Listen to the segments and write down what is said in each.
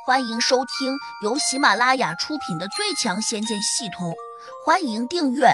欢迎收听由喜马拉雅出品的《最强仙剑系统》，欢迎订阅。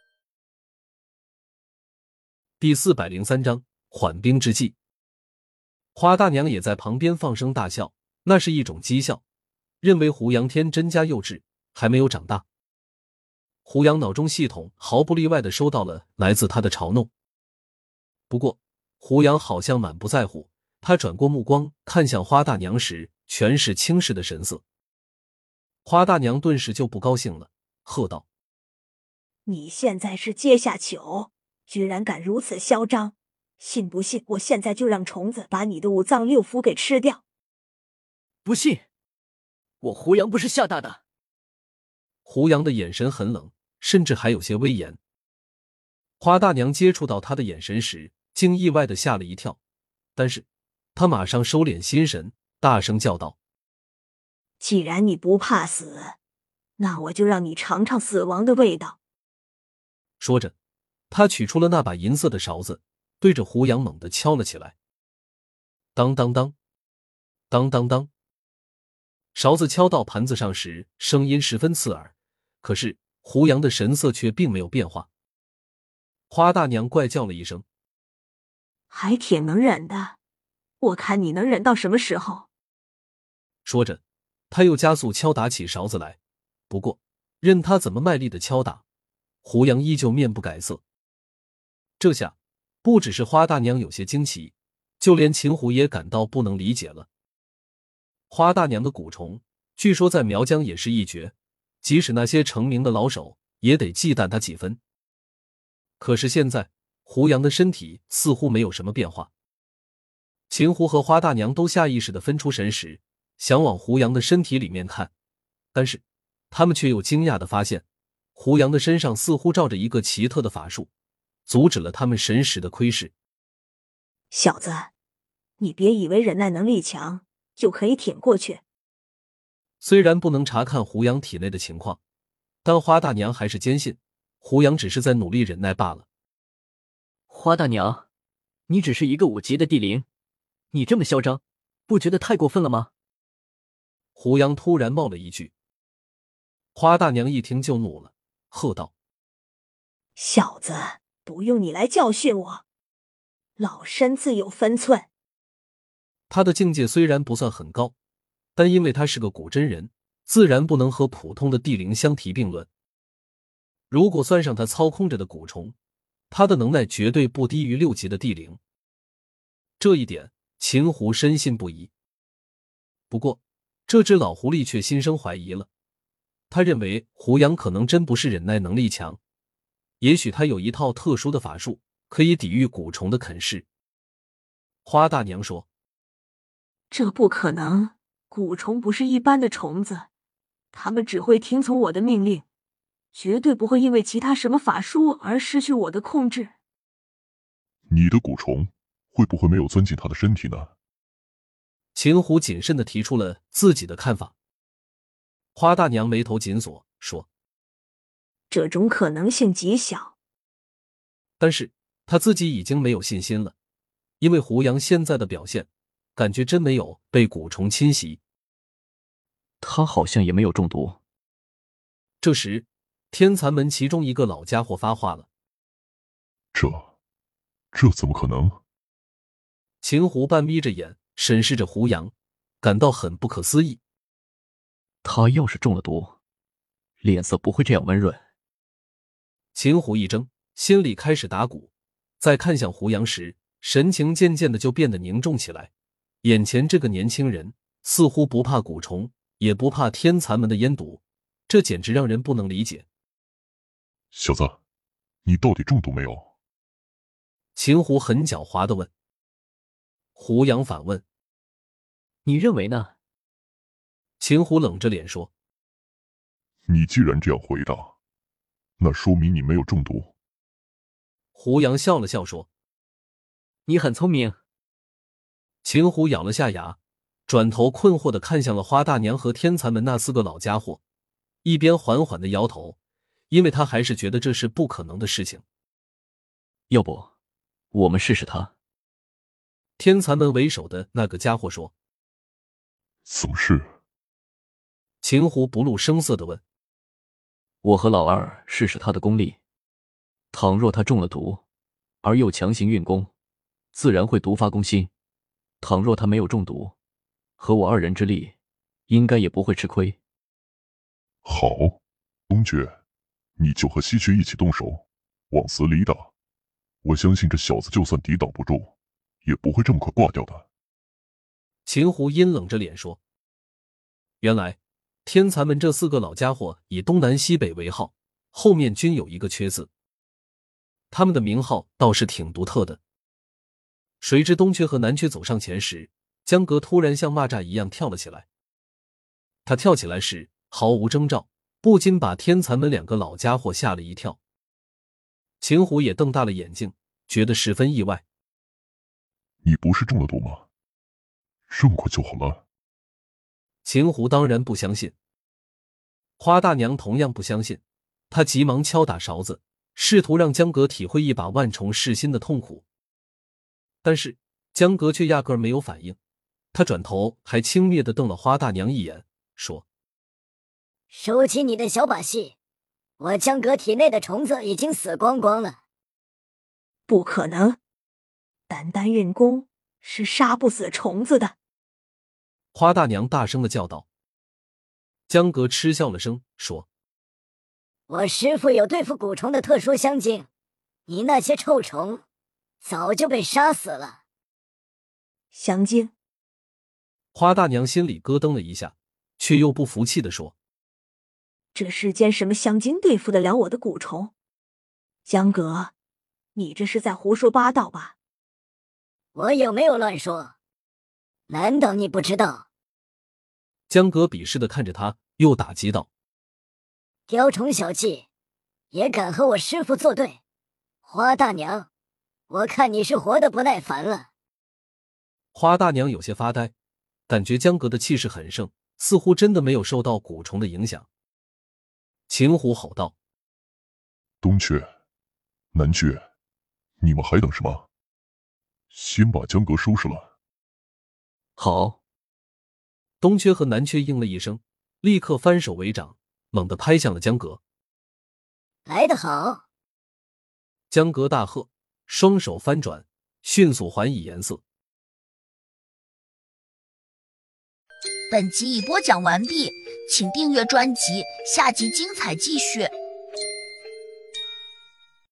第403章缓兵之计。花大娘也在旁边放声大笑，那是一种讥笑，认为胡杨天真加幼稚，还没有长大。胡杨脑中系统毫不例外地收到了来自他的嘲弄，不过胡杨好像满不在乎，他转过目光看向花大娘时全是轻视的神色。花大娘顿时就不高兴了，喝道： 你现在是阶下囚，居然敢如此嚣张，信不信我现在就让虫子把你的五脏六腑给吃掉？ 不信，我胡杨不是吓大的。 胡杨的眼神很冷，甚至还有些威严。花大娘接触到他的眼神时，竟意外地吓了一跳，但是他马上收敛心神，大声叫道： 既然你不怕死，那我就让你尝尝死亡的味道。 说着，他取出了那把银色的勺子，对着胡杨猛地敲了起来。当当当，当当当，勺子敲到盘子上时，声音十分刺耳，可是胡杨的神色却并没有变化。花大娘怪叫了一声： 还挺能忍的，我看你能忍到什么时候？ 说着，他又加速敲打起勺子来，不过任他怎么卖力的敲打，胡杨依旧面不改色。这下不只是花大娘有些惊奇，就连秦虎也感到不能理解了。花大娘的蛊虫据说在苗疆也是一绝，即使那些成名的老手也得忌惮他几分。可是现在胡杨的身体似乎没有什么变化。秦虎和花大娘都下意识地分出神识，想往胡杨的身体里面看，但是他们却又惊讶地发现，胡杨的身上似乎罩着一个奇特的法术，阻止了他们神识的窥视。 小子，你别以为忍耐能力强就可以挺过去。 虽然不能查看胡杨体内的情况，但花大娘还是坚信胡杨只是在努力忍耐罢了。 花大娘，你只是一个5级的地灵，你这么嚣张，不觉得太过分了吗？ 胡杨突然冒了一句。花大娘一听就怒了，喝道： 小子，不用你来教训我，老身自有分寸。 他的境界虽然不算很高，但因为他是个古真人，自然不能和普通的地灵相提并论。如果算上他操控着的蛊虫，他的能耐绝对不低于6级的地灵。这一点秦虎深信不疑。不过这只老狐狸却心生怀疑了，他认为胡杨可能真不是忍耐能力强，也许他有一套特殊的法术可以抵御蛊虫的啃噬。花大娘说： 这不可能，蛊虫不是一般的虫子，它们只会听从我的命令，绝对不会因为其他什么法术而失去我的控制。 你的蛊虫会不会没有钻进他的身体呢？ 秦虎谨慎地提出了自己的看法。花大娘眉头紧锁，说： 这种可能性极小。 但是他自己已经没有信心了，因为胡杨现在的表现感觉真没有被蛊虫侵袭。 他好像也没有中毒。 这时天蚕门其中一个老家伙发话了： 这怎么可能？ 秦虎半眯着眼审视着胡杨，感到很不可思议。 他要是中了毒，脸色不会这样温润。 秦虎一怔，心里开始打鼓，在看向胡杨时，神情渐渐的就变得凝重起来。眼前这个年轻人似乎不怕蛊虫，也不怕天蚕门的烟毒，这简直让人不能理解。 小子，你到底中毒没有？ 秦虎很狡猾地问。胡杨反问： 你认为呢？ 秦虎冷着脸说： 你既然这样回答，那说明你没有中毒。 胡杨笑了笑说： 你很聪明。 秦虎咬了下牙，转头困惑地看向了花大娘和天蚕门那4个老家伙，一边缓缓地摇头，因为他还是觉得这是不可能的事情。 要不我们试试他？ 天蚕门为首的那个家伙说： 怎么试？ 秦胡不露声色地问。 我和老二试试他的功力，倘若他中了毒，而又强行运功，自然会毒发攻心；倘若他没有中毒，和我二人之力，应该也不会吃亏。 好，东决，你就和西决一起动手，往死里打。我相信这小子就算抵挡不住，也不会这么快挂掉的。 秦胡阴冷着脸说。原来天残门这4个老家伙以东南西北为号，后面均有一个缺字，他们的名号倒是挺独特的。谁知东缺和南缺走上前时，江革突然像蚂蚱一样跳了起来。他跳起来时毫无征兆，不禁把天残门2个老家伙吓了一跳。秦胡也瞪大了眼睛，觉得十分意外。 你不是中了毒吗？这么快就好了？ 秦胡当然不相信，花大娘同样不相信，她急忙敲打勺子，试图让江革体会一把万重噬心的痛苦。但是江革却压根儿没有反应，他转头还轻蔑地瞪了花大娘一眼，说： 收起你的小把戏，我江革体内的虫子已经死光光了。 不可能，单单运功是杀不死虫子的。 花大娘大声地叫道。江革嗤笑了声，说： 我师父有对付蛊虫的特殊香精，你那些臭虫早就被杀死了。 香精？ 花大娘心里咯噔了一下，却又不服气地说： 这世间什么香精对付得了我的蛊虫？江革，你这是在胡说八道吧？ 我有没有乱说？难道你不知道？ 江革鄙视地看着他，又打击道： 雕虫小技，也敢和我师父作对？花大娘，我看你是活得不耐烦了。 花大娘有些发呆，感觉江革的气势很盛，似乎真的没有受到蛊虫的影响。秦胡吼道： 东决、南决，你们还等什么？先把江革收拾了。 好。 东缺和南缺应了一声，立刻翻手为掌，猛地拍向了江革。 来得好！ 江革大喝，双手翻转，迅速还以颜色。 本集已播讲完毕，请订阅专辑，下集精彩继续。